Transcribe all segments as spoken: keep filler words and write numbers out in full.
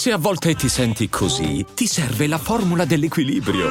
Se a volte ti senti così, ti serve la formula dell'equilibrio.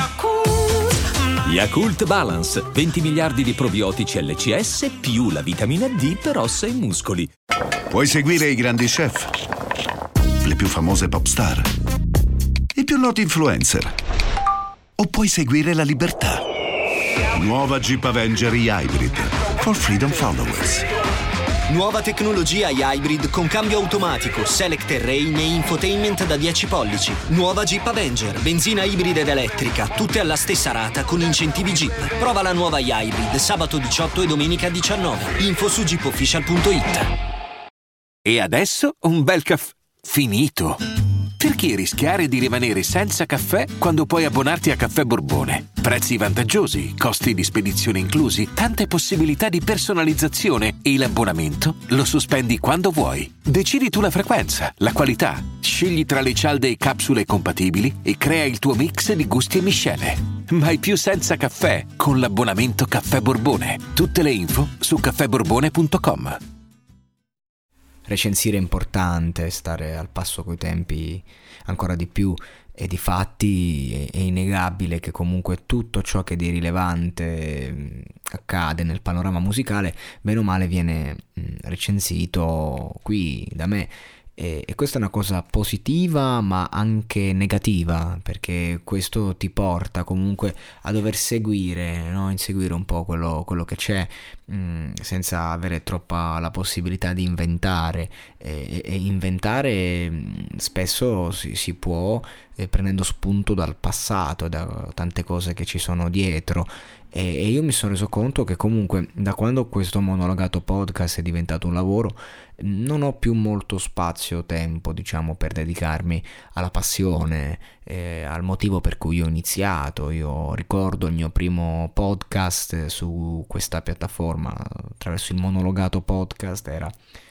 Yakult Balance, venti miliardi di probiotici L C S più la vitamina D per ossa e muscoli. Puoi seguire i grandi chef, le più famose pop star, i più noti influencer, o puoi seguire la libertà. Nuova Jeep Avenger e-Hybrid for freedom followers. Nuova tecnologia e-Hybrid con cambio automatico, Select Terrain e infotainment da dieci pollici. Nuova Jeep Avenger, benzina ibrida ed elettrica, tutte alla stessa rata con incentivi Jeep. Prova la nuova e-Hybrid sabato diciotto e domenica diciannove. Info su jeep official punto it. E adesso un bel caffè finito. Perché rischiare di rimanere senza caffè quando puoi abbonarti a Caffè Borbone? Prezzi vantaggiosi, costi di spedizione inclusi, tante possibilità di personalizzazione e l'abbonamento lo sospendi quando vuoi. Decidi tu la frequenza, la qualità, scegli tra le cialde e capsule compatibili e crea il tuo mix di gusti e miscele. Mai più senza caffè con l'abbonamento Caffè Borbone. Tutte le info su caffè borbone punto com. Recensire è importante, stare al passo coi tempi ancora di più, e di fatti è, è innegabile che comunque tutto ciò che di rilevante accade nel panorama musicale bene o male viene recensito qui da me. E, e questa è una cosa positiva ma anche negativa, perché questo ti porta comunque a dover seguire, no? Inseguire un po' quello, quello che c'è, mh, senza avere troppa la possibilità di inventare, e, e inventare mh, spesso si, si può eh, prendendo spunto dal passato, da tante cose che ci sono dietro. E io mi sono reso conto che comunque da quando questo monologato podcast è diventato un lavoro non ho più molto spazio, tempo, diciamo, per dedicarmi alla passione, eh, al motivo per cui ho iniziato. Io ricordo il mio primo podcast su questa piattaforma attraverso il monologato podcast, era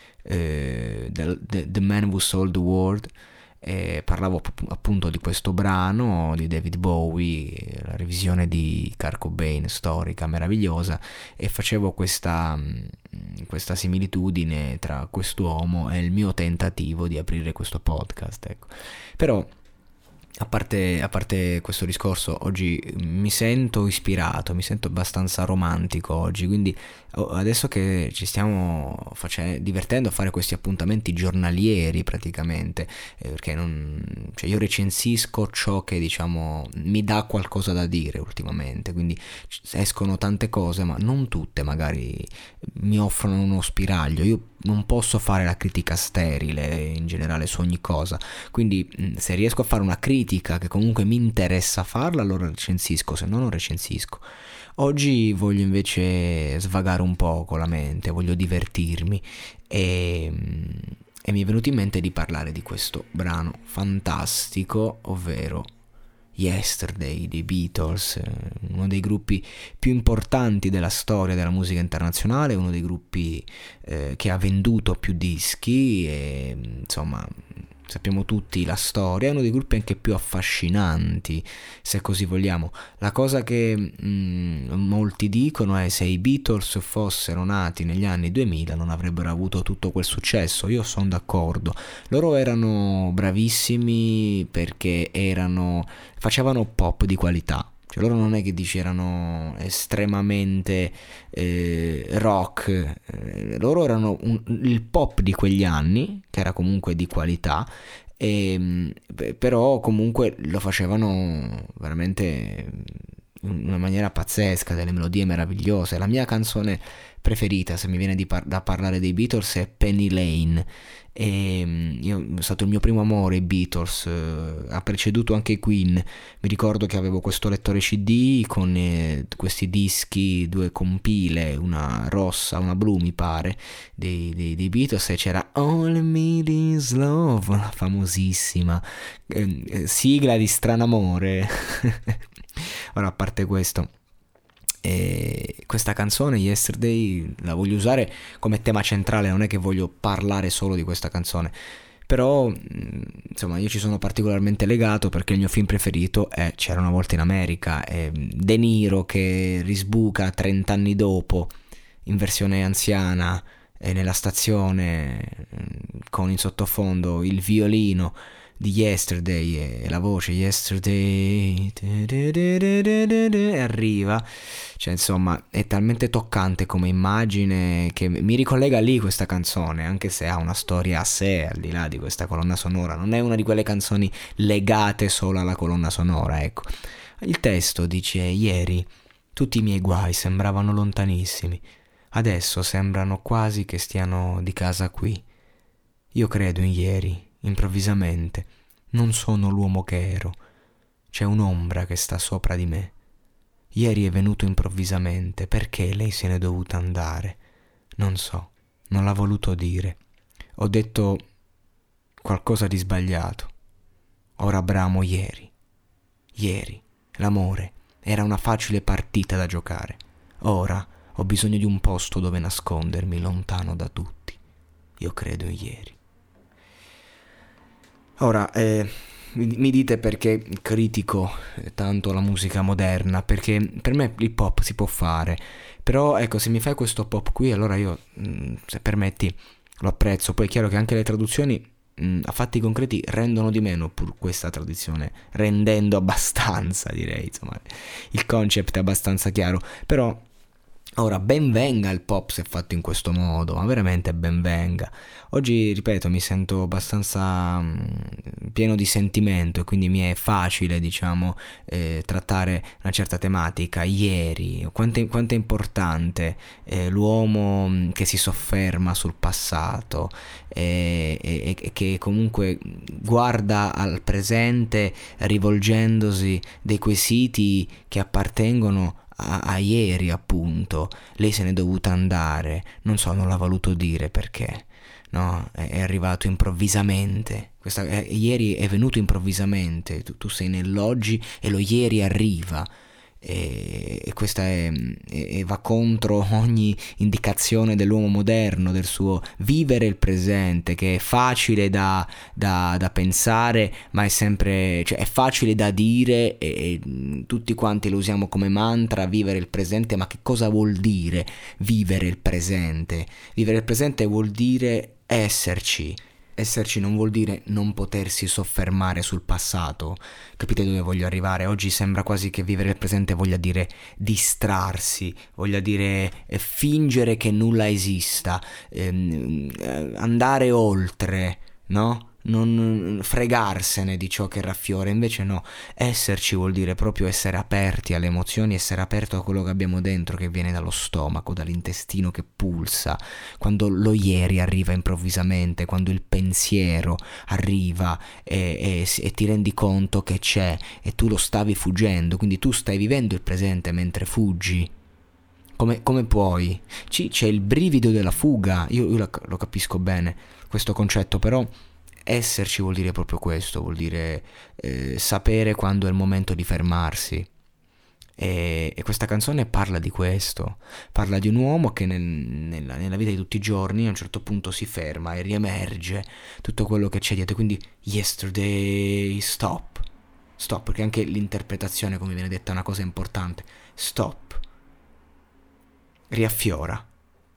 eh, The, The, The Man Who Sold the World. E parlavo appunto di questo brano di David Bowie, la revisione di Kurt Cobain, storica, meravigliosa, e facevo questa, questa similitudine tra quest'uomo e il mio tentativo di aprire questo podcast, ecco. Però A parte, a parte questo discorso, oggi mi sento ispirato, mi sento abbastanza romantico oggi, quindi adesso che ci stiamo face- divertendo a fare questi appuntamenti giornalieri praticamente, eh, perché non, cioè io recensisco ciò che, diciamo, mi dà qualcosa da dire ultimamente, quindi escono tante cose, ma non tutte magari mi offrono uno spiraglio. Io non posso fare la critica sterile in generale su ogni cosa, quindi se riesco a fare una critica che comunque mi interessa farla, allora recensisco, se no non recensisco. Oggi voglio invece svagare un po' con la mente, voglio divertirmi, e, e mi è venuto in mente di parlare di questo brano fantastico, ovvero Yesterday dei Beatles, uno dei gruppi più importanti della storia della musica internazionale, uno dei gruppi eh, che ha venduto più dischi, e insomma sappiamo tutti la storia, è uno dei gruppi anche più affascinanti, se così vogliamo. La cosa che mh, molti dicono è: se i Beatles fossero nati negli anni duemila non avrebbero avuto tutto quel successo. Io sono d'accordo, loro erano bravissimi perché erano facevano pop di qualità. Cioè loro non è che dici erano estremamente eh, rock, eh, loro erano un, il pop di quegli anni, che era comunque di qualità, e, però comunque lo facevano veramente in una maniera pazzesca, delle melodie meravigliose. La mia canzone preferita, se mi viene di par- da parlare dei Beatles, è Penny Lane. E io, è stato il mio primo amore i Beatles, eh, ha preceduto anche i Queen. Mi ricordo che avevo questo lettore C D con eh, questi dischi, due compile, una rossa, una blu mi pare, dei, dei, dei Beatles, e c'era All I Need Is Love, una famosissima eh, eh, sigla di Stranamore. Ora, a parte questo, e questa canzone Yesterday la voglio usare come tema centrale, non è che voglio parlare solo di questa canzone, però insomma io ci sono particolarmente legato perché il mio film preferito è C'era una volta in America, è De Niro che risbuca trent'anni dopo in versione anziana e nella stazione con in sottofondo il violino di Yesterday, e la voce Yesterday e arriva, cioè insomma è talmente toccante come immagine che mi ricollega lì questa canzone, anche se ha una storia a sé al di là di questa colonna sonora, non è una di quelle canzoni legate solo alla colonna sonora, ecco. Il testo dice: ieri tutti i miei guai sembravano lontanissimi, adesso sembrano quasi che stiano di casa qui. Io credo in ieri, improvvisamente, non sono l'uomo che ero, c'è un'ombra che sta sopra di me. Ieri è venuto improvvisamente, perché lei se n'è dovuta andare? Non so, non l'ha voluto dire. Ho detto qualcosa di sbagliato. Ora bramo ieri. Ieri, l'amore era una facile partita da giocare. Ora ho bisogno di un posto dove nascondermi, lontano da tutti. Io credo in ieri. Ora, eh, mi dite perché critico tanto la musica moderna, perché per me l'hip hop si può fare, però ecco, se mi fai questo pop qui, allora io, se permetti, lo apprezzo. Poi è chiaro che anche le traduzioni mh, a fatti concreti rendono di meno, pur questa traduzione rendendo abbastanza, direi, insomma, il concept è abbastanza chiaro, però ora ben venga il pop se fatto in questo modo, ma veramente ben venga. Oggi, ripeto, mi sento abbastanza mh, pieno di sentimento e quindi mi è facile, diciamo, eh, trattare una certa tematica. Ieri, quanto, quanto è importante eh, l'uomo mh, che si sofferma sul passato e eh, eh, che comunque guarda al presente rivolgendosi dei quesiti che appartengono A, a ieri, appunto. Lei se n'è dovuta andare, non so, non l'ha voluto dire perché, no, è, è arrivato improvvisamente. Questa, è, ieri è venuto improvvisamente, tu, tu sei nell'oggi e lo ieri arriva, e, e questa è, è, va contro ogni indicazione dell'uomo moderno, del suo vivere il presente, che è facile da, da, da pensare, ma è sempre, cioè è facile da dire e, e tutti quanti lo usiamo come mantra, vivere il presente. Ma che cosa vuol dire vivere il presente? Vivere il presente vuol dire esserci. Esserci non vuol dire non potersi soffermare sul passato. Capite dove voglio arrivare? Oggi sembra quasi che vivere il presente voglia dire distrarsi, voglia dire eh, fingere che nulla esista, ehm, andare oltre, no? Non fregarsene di ciò che raffiora. Invece no, esserci vuol dire proprio essere aperti alle emozioni, essere aperto a quello che abbiamo dentro, che viene dallo stomaco, dall'intestino che pulsa, quando lo ieri arriva improvvisamente, quando il pensiero arriva e, e, e ti rendi conto che c'è e tu lo stavi fuggendo, quindi tu stai vivendo il presente mentre fuggi. Come, come puoi? C- c'è il brivido della fuga. Io, io lo, lo capisco bene questo concetto, però esserci vuol dire proprio questo, vuol dire eh, sapere quando è il momento di fermarsi. E, e questa canzone parla di questo, parla di un uomo che nel, nella, nella vita di tutti i giorni a un certo punto si ferma e riemerge tutto quello che c'è dietro. Quindi yesterday, stop, stop, perché anche l'interpretazione, come viene detta, è una cosa importante. Stop, riaffiora.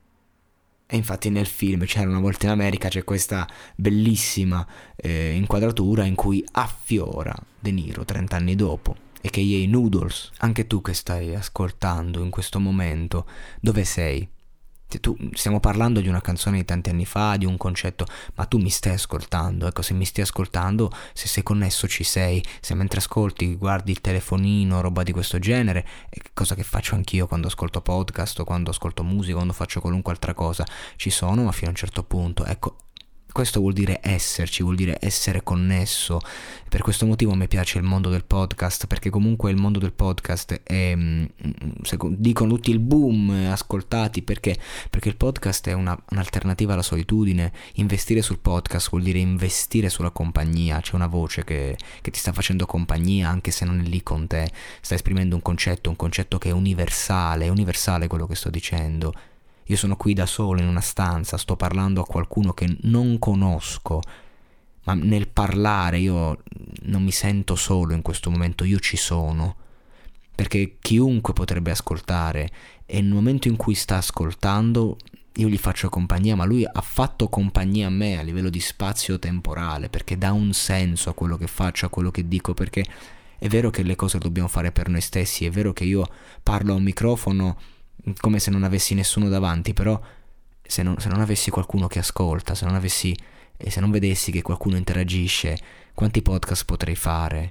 E infatti nel film C'era una volta in America c'è questa bellissima eh, inquadratura in cui affiora De Niro trent'anni dopo, e che i Noodles. Anche tu che stai ascoltando in questo momento, dove sei? Tu, stiamo parlando di una canzone di tanti anni fa, di un concetto, ma tu mi stai ascoltando. Ecco, se mi stai ascoltando, se sei connesso ci sei. Se mentre ascolti guardi il telefonino, roba di questo genere, è cosa che faccio anch'io quando ascolto podcast o quando ascolto musica, quando faccio qualunque altra cosa, ci sono, ma fino a un certo punto. Ecco, questo vuol dire esserci, vuol dire essere connesso. Per questo motivo mi piace il mondo del podcast, perché comunque il mondo del podcast è, dicono tutti, il boom, ascoltati, perché? Perché il podcast è una, un'alternativa alla solitudine. Investire sul podcast vuol dire investire sulla compagnia. C'è una voce che, che ti sta facendo compagnia, anche se non è lì con te, sta esprimendo un concetto, un concetto che è universale, è universale quello che sto dicendo. Io sono qui da solo in una stanza, sto parlando a qualcuno che non conosco, ma nel parlare io non mi sento solo in questo momento, io ci sono, perché chiunque potrebbe ascoltare, e nel momento in cui sta ascoltando io gli faccio compagnia, ma lui ha fatto compagnia a me a livello di spazio temporale, perché dà un senso a quello che faccio, a quello che dico, perché è vero che le cose le dobbiamo fare per noi stessi, è vero che io parlo a un microfono come se non avessi nessuno davanti, però se non, se non avessi qualcuno che ascolta, se non avessi e se non vedessi che qualcuno interagisce, quanti podcast potrei fare?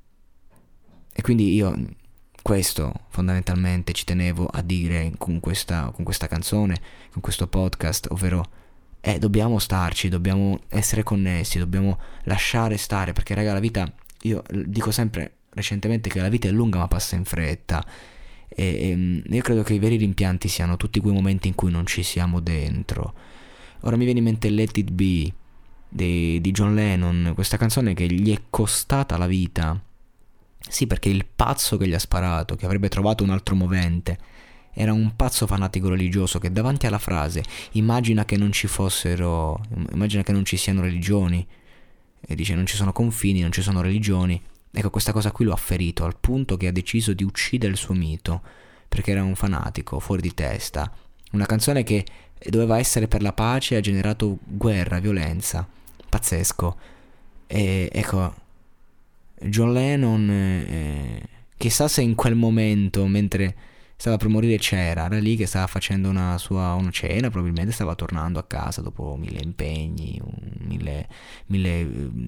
E quindi io questo fondamentalmente ci tenevo a dire con questa, con questa canzone, con questo podcast, ovvero eh, dobbiamo starci, dobbiamo essere connessi, dobbiamo lasciare stare, perché raga, la vita, io dico sempre recentemente che la vita è lunga ma passa in fretta, e, e io credo che i veri rimpianti siano tutti quei momenti in cui non ci siamo dentro. Ora mi viene in mente Let It Be di, di John Lennon, questa canzone che gli è costata la vita. Sì, perché il pazzo che gli ha sparato, che avrebbe trovato un altro movente, era un pazzo fanatico religioso che davanti alla frase immagina che non ci fossero, immagina che non ci siano religioni, e dice non ci sono confini, non ci sono religioni, ecco, questa cosa qui lo ha ferito al punto che ha deciso di uccidere il suo mito, perché era un fanatico fuori di testa. Una canzone che doveva essere per la pace ha generato guerra, violenza, pazzesco. E ecco, John Lennon, eh, chissà se in quel momento, mentre stava per morire, c'era, era lì che stava facendo una sua una cena, probabilmente stava tornando a casa dopo mille impegni, un, mille, mille,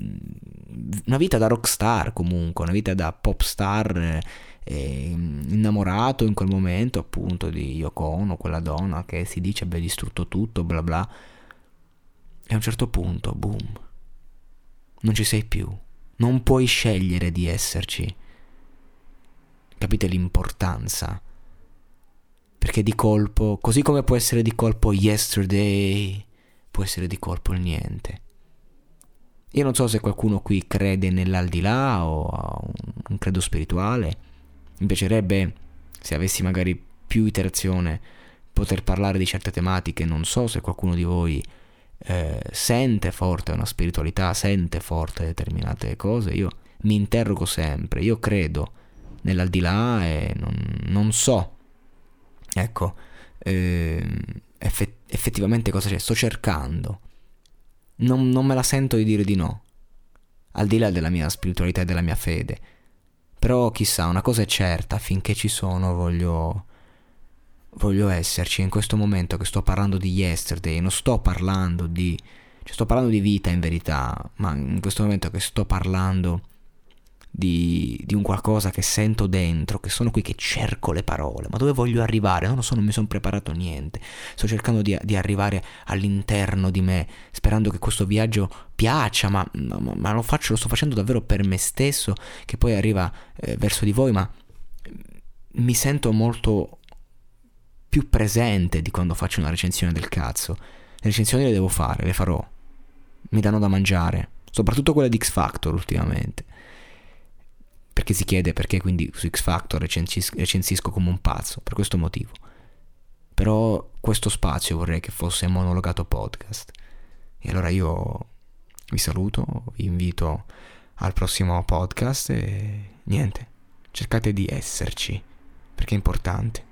una vita da rockstar comunque, una vita da pop star, eh, innamorato in quel momento appunto di Yoko Ono, quella donna che si dice abbia distrutto tutto, bla bla, e a un certo punto, boom, non ci sei più. Non puoi scegliere di esserci. Capite l'importanza? Perché di colpo, così come può essere di colpo Yesterday, può essere di colpo il niente. Io non so se qualcuno qui crede nell'aldilà o ha un credo spirituale. Mi piacerebbe, se avessi magari più iterazione, poter parlare di certe tematiche. Non so se qualcuno di voi Eh, sente forte una spiritualità, sente forte determinate cose. Io mi interrogo sempre, io credo nell'aldilà e non, non so, ecco, eh, effett- effettivamente cosa c'è, sto cercando, non, non me la sento di dire di no, al di là della mia spiritualità e della mia fede, però chissà, una cosa è certa, finché ci sono voglio voglio esserci. In questo momento che sto parlando di Yesterday, non sto parlando di cioè sto parlando di vita in verità, ma in questo momento che sto parlando di, di un qualcosa che sento dentro, che sono qui che cerco le parole, ma dove voglio arrivare? Non lo so, non mi sono preparato niente, sto cercando di, di arrivare all'interno di me, sperando che questo viaggio piaccia, ma, ma, ma lo faccio, lo sto facendo davvero per me stesso, che poi arriva eh, verso di voi, ma mi sento molto più presente di quando faccio una recensione del cazzo. Le recensioni le devo fare, le farò, mi danno da mangiare, soprattutto quelle di X Factor ultimamente, perché si chiede perché quindi su X Factor recensis- recensisco come un pazzo, per questo motivo. Però questo spazio vorrei che fosse monologato podcast. E allora io vi saluto, vi invito al prossimo podcast e niente, cercate di esserci, perché è importante.